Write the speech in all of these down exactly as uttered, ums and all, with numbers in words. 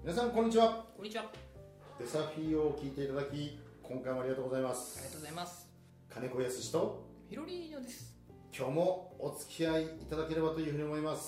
皆さんこんにちは。 こんにちは。 デサフィーを聞いていただき今回もありがとうございます。 ありがとうございます。 金子康とヒロリーニョです。 今日もお付き合いいただければというふうに思います。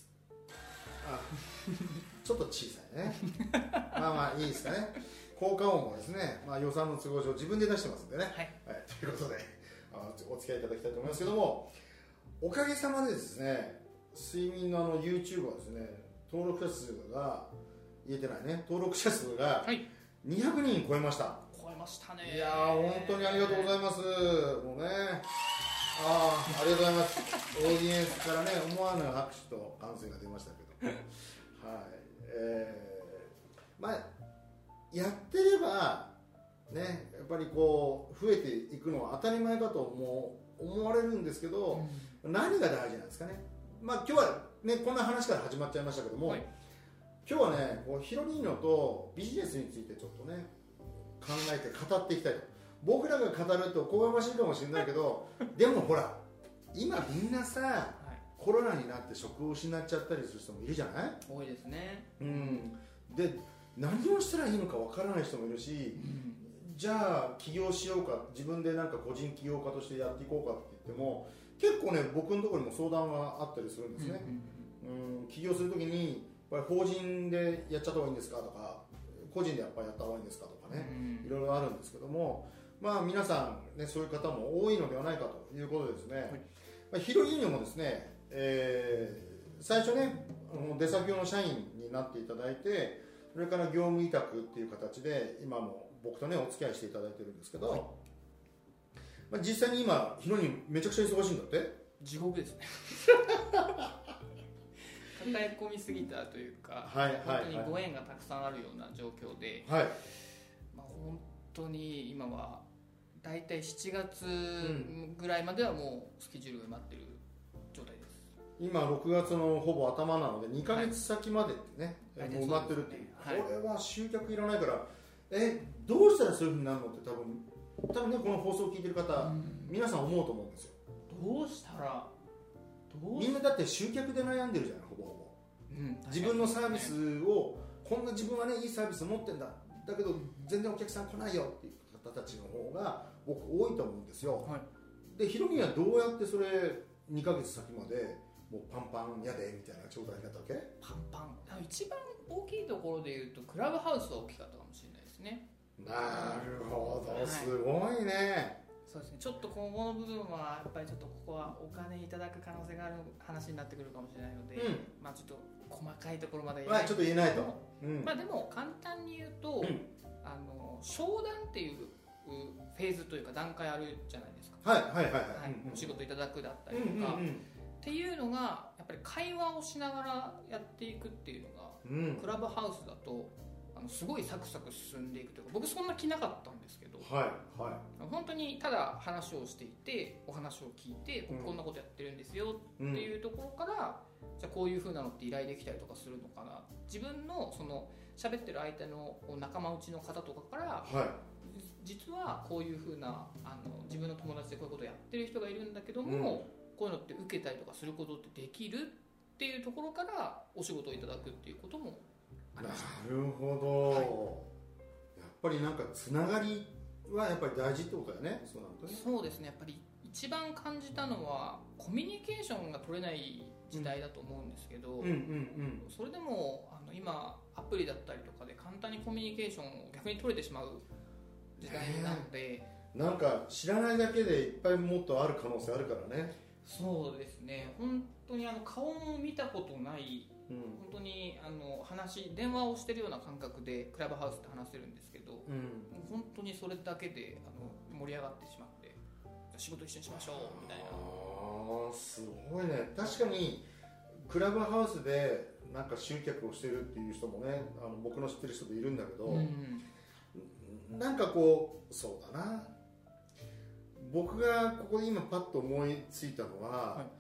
はい。あ、ちょっと小さいね。まあまあいいですかね。効果音もですね、まあ、予算の都合上自分で出してますんでね。 はい。 はい、ということであお付き合いいただきたいと思いますけども、おかげさまでですね、睡眠のあの YouTube はですね、登録者数が言えてないね、登録者数がにひゃくにん超えました。 超えましたね。 いやー本当にありがとうございます。もうね、ああありがとうございます。オーディエンスからね思わぬ拍手と歓声が出ましたけど、はい、えー、まあやってればね、やっぱりこう増えていくのは当たり前かと思思われるんですけど、うん、何が大事なんですかね。まあ今日はねこんな話から始まっちゃいましたけども、はい、今日はねこうヒロリーニョとビジネスについてちょっとね考えて語っていきたいと。僕らが語るとおこがましいかもしれないけどでもほら今みんなさ、はい、コロナになって職を失っちゃったりする人もいるじゃない。 多いですね、 うん、で何をしたらいいのかわからない人もいるし、うん、じゃあ起業しようか、自分でなんか個人起業家としてやっていこうかって言っても結構ね僕のところにも相談があったりするんですね、うん、うん、起業するときにやっぱり法人でやっちゃった方がいいんですかとか個人でやっぱりやった方がいいんですかとかね、うん、いろいろあるんですけども、まあ皆さんねそういう方も多いのではないかということでですね、はい、まあ、ヒロリーニョもですね、えー、最初ね出先の社員になっていただいて、それから業務委託っていう形で今も僕とねお付き合いしていただいてるんですけど、はい、まあ、実際に今ヒロリーニョめちゃくちゃ忙しいんだって。 地獄ですね抱え込みすぎたというか、はいはいはい、本当にご縁がたくさんあるような状況で、はい、まあ、本当に今はだいたいしちがつぐらいまではもうスケジュールが埋まってる状態です。 今ろくがつのほぼ頭なのでにかげつ先までってね、はい、もう埋まってるっていう、はい、これは集客いらないからえどうしたらそういうふうになるのって多分多分ねこの放送を聞いてる方、うん、皆さん思うと思うんですよ。 どうしたらどうみんなだって集客で悩んでるじゃないほぼほぼ、うん、自分のサービスをこんな自分はねいいサービス持ってんだだけど全然お客さん来ないよっていう方たちの方が僕多いと思うんですよ、はい、でヒロミはどうやってそれにかげつ先までもうパンパンやでみたいな状態になったわけ。 パンパン一番大きいところでいうとクラブハウスは大きかったかもしれないですね。 なるほど、すごいね、はい、 そうですね、ちょっと今後の部分はやっぱりちょっとここはお金いただく可能性がある話になってくるかもしれないので、うん、まあちょっと細かいところまで言えない、 まあ、ちょっと言えないと、うん、 まあでも簡単に言うと、うん、あの商談っていうフェーズというか段階あるじゃないですか。 はいはいはいはい、はい、 お仕事いただくだったりとか、うんうんうん、っていうのがやっぱり会話をしながらやっていくっていうのが、うん、クラブハウスだとあのすごいサクサク進んでいくというか、僕そんな気なかったんですけど、はいはい、本当にただ話をしていてお話を聞いて、うん、こんなことやってるんですよっていうところから、うん、じゃあこういう風なのって依頼できたりとかするのかな、自分のその喋ってる相手の仲間内の方とかから、はい、実はこういう風なあの自分の友達でこういうことをやってる人がいるんだけども、うん、こういうのって受けたりとかすることってできるっていうところからお仕事をいただくっていうこともありました。 なるほど、はい、やっぱりなんかつながりはやっぱり大事ってことだよね。そうなんだね。 そうですね、やっぱり一番感じたのはコミュニケーションが取れない時代だと思うんですけど、うんうんうんうん、それでもあの今アプリだったりとかで簡単にコミュニケーションを逆に取れてしまう時代なので、 なんか知らないだけでいっぱいもっとある可能性あるからね。 そうですね、本当にあの顔も見たことない、うん、本当にあの話電話をしてるような感覚でクラブハウスって話せるんですけど、うん、本当にそれだけであの盛り上がってしまって、仕事一緒にしましょうみたいな。 ああすごいね。確かにクラブハウスでなんか集客をしてるっていう人もね、あの僕の知ってる人でいるんだけど、うん、なんかこうそうだな、僕がここで今パッと思いついたのは、はい、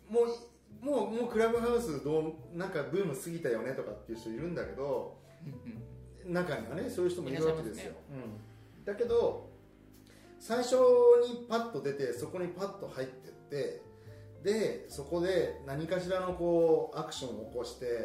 もうもうもうクラブハウスどうなんかブーム過ぎたよねとかっていう人いるんだけど、中にはねそういう人もいるわけですよ、ね、うん、だけど最初にパッと出てそこにパッと入ってってでそこで何かしらのこうアクションを起こしてと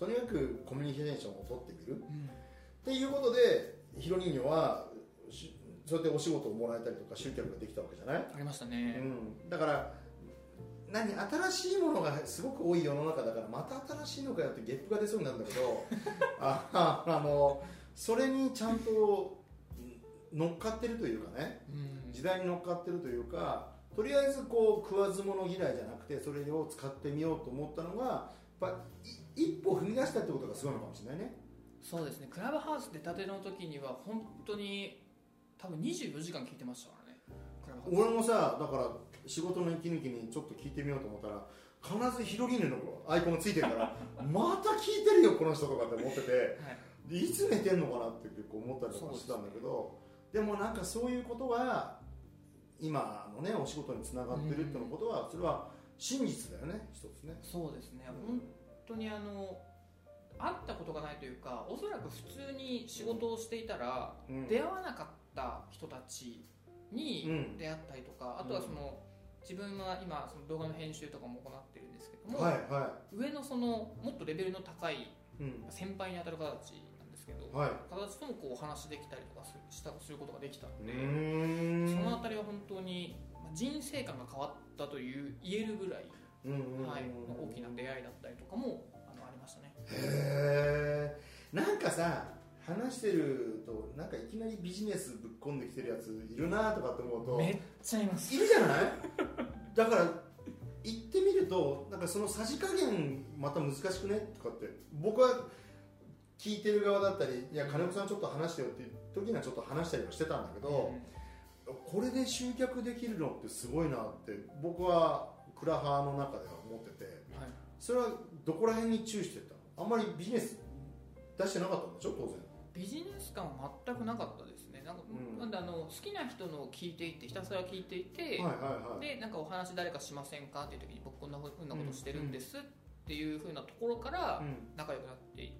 とにかくコミュニケーションを取ってみる、うん、っていうことでひろ人形はそうやってお仕事をもらえたりとか集客ができたわけじゃない？ ありましたね、 うん、だから何新しいものがすごく多い世の中だからまた新しいのかよってゲップが出そうになるんだけどああのそれにちゃんと乗っかってるというかね、うん、時代に乗っかってるというか、とりあえずこう食わず物嫌いじゃなくてそれを使ってみようと思ったのがやっぱ一歩踏み出したってことがすごいのかもしれないね。 そうですね、クラブハウス出たての時には本当に多分にじゅうよじかん聞いてましたからね。クラブハウス俺もさ、だから仕事の息抜きにちょっと聞いてみようと思ったら必ずヒロギヌのアイコンがついてるからまた聞いてるよこの人とかって思ってて、はい、いつ寝てんのかなって結構思ったりとかしてたんだけど、 で, でもなんかそういうことが今のねお仕事につながってるってのことは、それは真実だよね、一つね。 そうですね、うん、本当にあの会ったことがないというか、おそらく普通に仕事をしていたら、うん、出会わなかった人たちに出会ったりとか、うん、あとはその自分は今その動画の編集とかも行ってるんですけども、はいはい、上のそのもっとレベルの高い先輩に当たる方たちなんですけど、はい、方たちともこうお話できたりとかする、したすることができたので、そのあたりは本当に人生観が変わったという言えるぐらい、はい、大きな出会いだったりとかもあのありましたね。 へー、なんかさ話してるとなんかいきなりビジネスぶっ込んできてるやついるなとかって思うとめっちゃいます。 いるじゃないだから言ってみるとなんかそのさじ加減また難しくねとかって僕は聞いてる側だったり、いや金子さんちょっと話してよっていう時にはちょっと話したりはしてたんだけど、うん、これで集客できるのってすごいなって僕はクラハの中では思ってて、はい、それはどこら辺に注意してたの？あんまりビジネス出してなかったんでしょ当然。 ビジネス感は全くなかったですね。なんか、うん、なんであの好きな人のを聞いていて、ひたすら聞いていて、はいはいはい、でなんかお話誰かしませんかっていう時に僕こんなふうなことしてるんですっていう風なところから仲良くなっていって、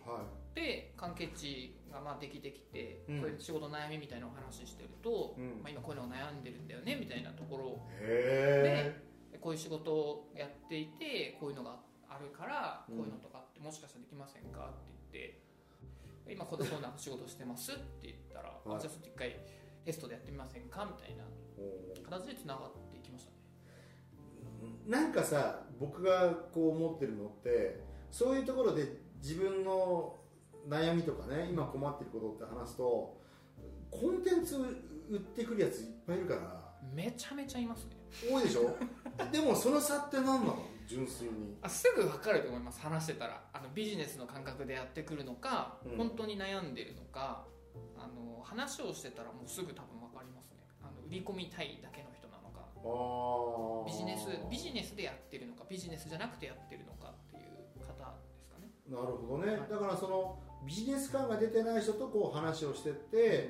うんはい、で関係値がまあできてきて、うん、こういう仕事悩みみたいなお話してると、うんまあ、今こういうのを悩んでるんだよねみたいなところで、こういう仕事をやっていてこういうのがあるからこういうのとかってもしかしたらできませんかって言って、今こういうな仕事してますって言ったら、はい、じゃあ一回テストでやってみませんかみたいな形でつながっていきましたね。 なんかさ僕がこう思ってるのってそういうところで自分の悩みとかね今困ってることって話すとコンテンツ売ってくるやついっぱいいるから。 めちゃめちゃいますね。 多いでしょでもその差って何なの？純粋にあすぐ分かると思います。話してたらあのビジネスの感覚でやってくるのか、うん、本当に悩んでるのか、あの話をしてたらもうすぐ多分分かりますね。あの売り込みたいだけの人なのか、あビジネスビジネスでやってるのかビジネスじゃなくてやってるのかっていう方ですかね。 なるほどね、はい、だからそのビジネス感が出てない人とこう話をしてって、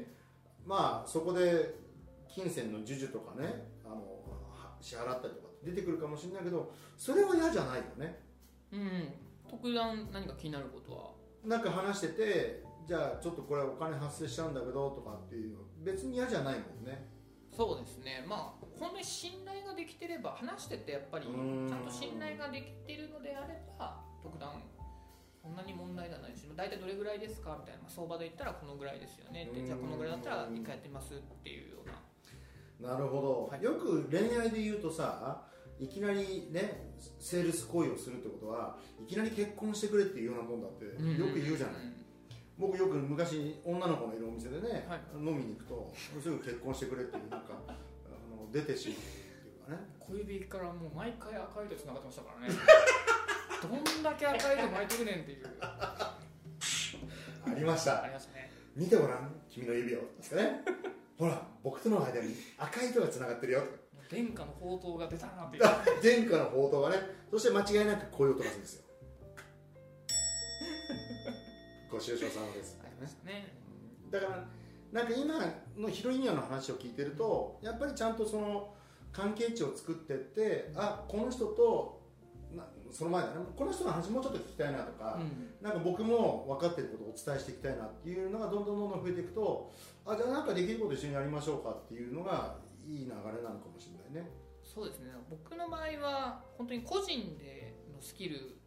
うん、まあそこで金銭の授受とかねあの支払ったりとか出てくるかもしれないけどそれは嫌じゃないよね。 うん、特段何か気になることはなんか話しててじゃあちょっとこれお金発生しちゃうんだけどとかっていうの別に嫌じゃないもんね。 そうですね、まあ本当に信頼ができてれば話しててやっぱりちゃんと信頼ができてるのであれば特段そんなに問題がないし、大体どれぐらいですかみたいな、相場で言ったらこのぐらいですよねって、じゃあこのぐらいだったら一回やってみますっていうような。 なるほど、はい、よく恋愛で言うとさいきなりねセールス行為をするってことはいきなり結婚してくれっていうようなもんだってよく言うじゃない、うんうんうん、僕よく昔女の子のいるお店でね、はい、飲みに行くとすぐ結婚してくれっていうなんかあの出てしまうっていうかね、 小指からもう毎回赤いとつながってましたからねどんだけ赤いと巻いてくねんっていうありましたありましたね。 見てごらん君の指をですかねほら僕との間に赤い糸がつながってるよ。 殿下の宝刀が出たなっていう殿下の宝刀がね、そして間違いなくこういう音がするんですよご愁傷様ですありましたね。 だからなんか今のヒロインの話を聞いてるとやっぱりちゃんとその関係値を作ってって、あこの人となその前だねこの人の話もうちょっと聞きたいなとか、うん、なんか僕も分かってることをお伝えしていきたいなっていうのがどんどんどんどん増えていくと、あじゃあなんかできること一緒にやりましょうかっていうのがいい流れなのかもしれないね。 そうですね、僕の場合は本当に個人でのスキル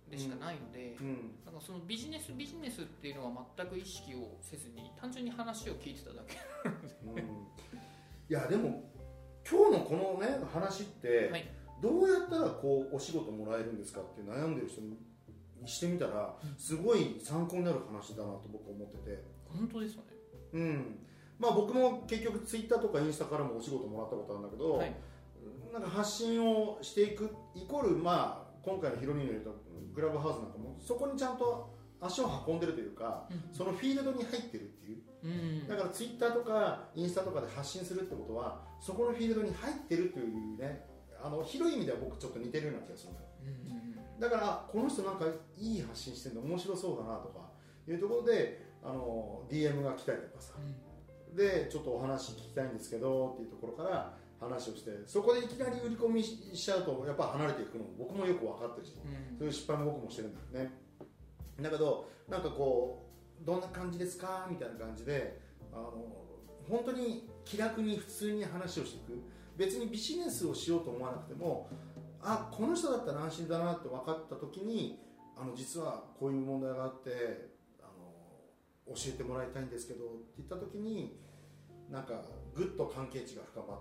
でしかないので、 うんうん、 なんかそのビジネスビジネスっていうのは全く意識をせずに単純に話を聞いてただけなので、うん、いやでも今日のこのね話って、はい、どうやったらこうお仕事もらえるんですかって悩んでる人にしてみたらすごい参考になる話だなと僕は思ってて。 本当ですよね。 うん、まあ僕も結局ツイッターとかインスタからもお仕事もらったことあるんだけど、はい、なんか発信をしていくイコール、まあ今回のヒロミの言うとクラブハウスなんかもそこにちゃんと足を運んでるというか、うん、そのフィールドに入ってるっていう、うん、だからツイッターとかインスタとかで発信するってことはそこのフィールドに入ってるというね、あの広い意味では僕ちょっと似てるような気がするんだよ、うん、だからこの人なんかいい発信してるの面白そうだなとかいうところであの ディーエム が来たりとかさ、うん、でちょっとお話聞きたいんですけどっていうところから話をして、そこでいきなり売り込みしちゃうとやっぱ離れていくのも僕もよく分かってるし、うん、そういう失敗も僕もしてるんだよね。だけどなんかこうどんな感じですかみたいな感じであの本当に気楽に普通に話をしていく、別にビジネスをしようと思わなくても、あこの人だったら安心だなって分かった時に、あの実はこういう問題があってあの教えてもらいたいんですけどって言った時になんかぐっと関係値が深まって、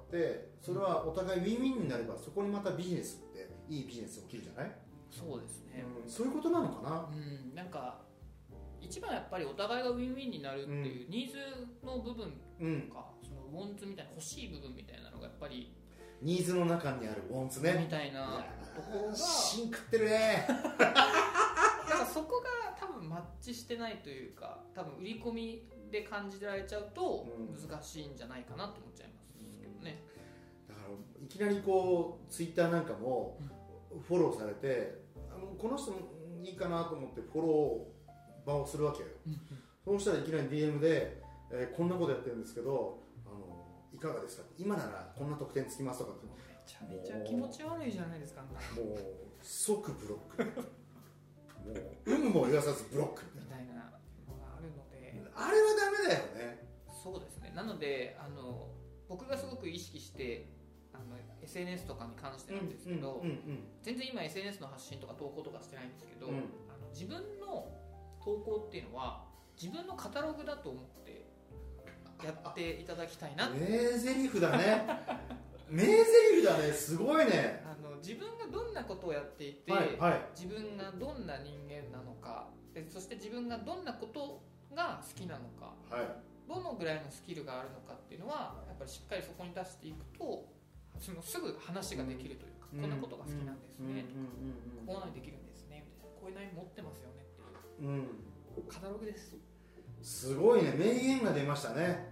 それはお互いウィンウィンになればそこにまたビジネスっていいビジネス起きるじゃない。 そうですね、 うん、そういうことなのかな、 うん、なんか一番やっぱりお互いがウィンウィンになるっていうニーズの部分とか、うん、そのウォンツみたいな欲しい部分みたいなのがやっぱりニーズの中にあるウォンツねみたいなところが芯食ってるねだからそこが多分マッチしてないというか、多分売り込みで感じられちゃうと難しいんじゃないかなと思っちゃいますけどね、 うん、だからいきなりこうツイッターなんかもフォローされて、あのこの人いいかなと思ってフォロー場をするわけよ、うんうん、そうしたらいきなり ディーエム で、えー、こんなことやってるんですけどあのいかがですか、今ならこんな特典つきますとかって、 めちゃめちゃ気持ち悪いじゃないですか。もう即ブロックもう運も言わさずブロックみたいなのがあるので、 あれはダメだよね。 そうですね。なのであの僕がすごく意識してあの エスエヌエス とかに関してなんですけど、うんうんうんうん、全然今 エスエヌエス の発信とか投稿とかしてないんですけど、うん、あの自分の投稿っていうのは自分のカタログだと思ってやっていただきたいな。 名台詞だね名台詞だね、すごいね。 あの自分がどんなことをやっていて、 はいはい、 自分がどんな人間なのか、でそして自分がどんなことが好きなのか、はい、どのぐらいのスキルがあるのかっていうのはやっぱりしっかりそこに出していくと、そのすぐ話ができるというか、うん、こんなことが好きなんですね、うん、こうなにできるんですねみたいな、こういう悩み持ってますよねっていう、うん、カタログです。 すごいね、名言が出ましたね。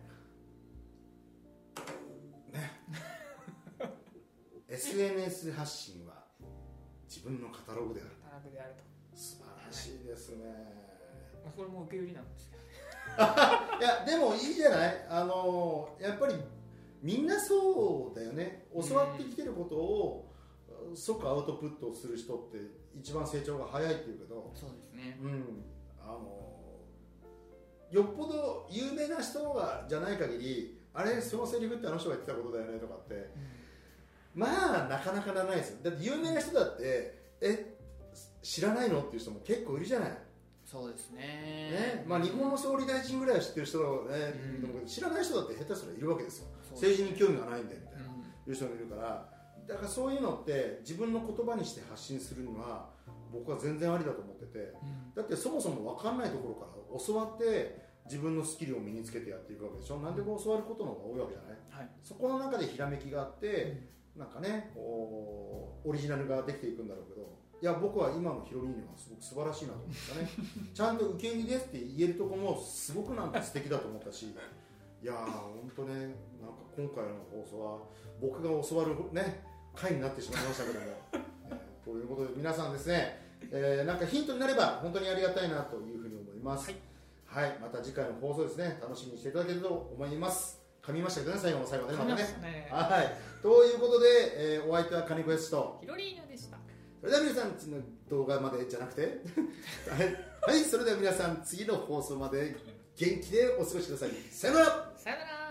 ねエスエヌエス 発信は自分のカタログである。 カタログであると。 素晴らしいですね。 まあ、これも受け売りなんですけどねいやでもいいじゃない、あのやっぱりみんなそうだよね。教わってきてることを即アウトプットする人って一番成長が早いっていうけど、 そうですね、 うん、あのよっぽど有名な人がじゃない限り、あれそのセリフってあの人が言ってたことだよねとかって、うん、まあなかなかならないですよ。だって有名な人だってえ知らないのっていう人も結構いるじゃない。 そうです ね, ね、まあ、日本の総理大臣ぐらいは知ってる人が、ね、うん、知らない人だって下手すらいるわけですよ。政治に興味がないんでみたいな、うん、いう人もいるから、だからそういうのって自分の言葉にして発信するには僕は全然ありだと思ってて、うん、だってそもそも分かんないところから教わって自分のスキルを身につけてやっていくわけでしょ。何でも教わることの方が多いわけじゃない、はい、そこの中でひらめきがあって、うん、なんかねオリジナルができていくんだろうけど、いや僕は今のヒロミーニはすごく素晴らしいなと思ったねちゃんと受け入れですって言えるとこもすごくなんか素敵だと思ったし、いやー本当ね、なんか今回の放送は僕が教わるね回になってしまいましたけども、えー、ということで皆さんですね、えー、なんかヒントになれば本当にありがたいなというふうに思います。はい、はい、また次回の放送ですね、楽しみにしていただけると思います。噛みましたけどね、最後の最後でまたね。ね、はい、ということで、えー、お相手は金子康とヒロリーナでした。 それでは皆さん次の動画までじゃなくてはい、はい、それでは皆さん次の放送まで元気でお過ごしください。さよなら。 さよなら。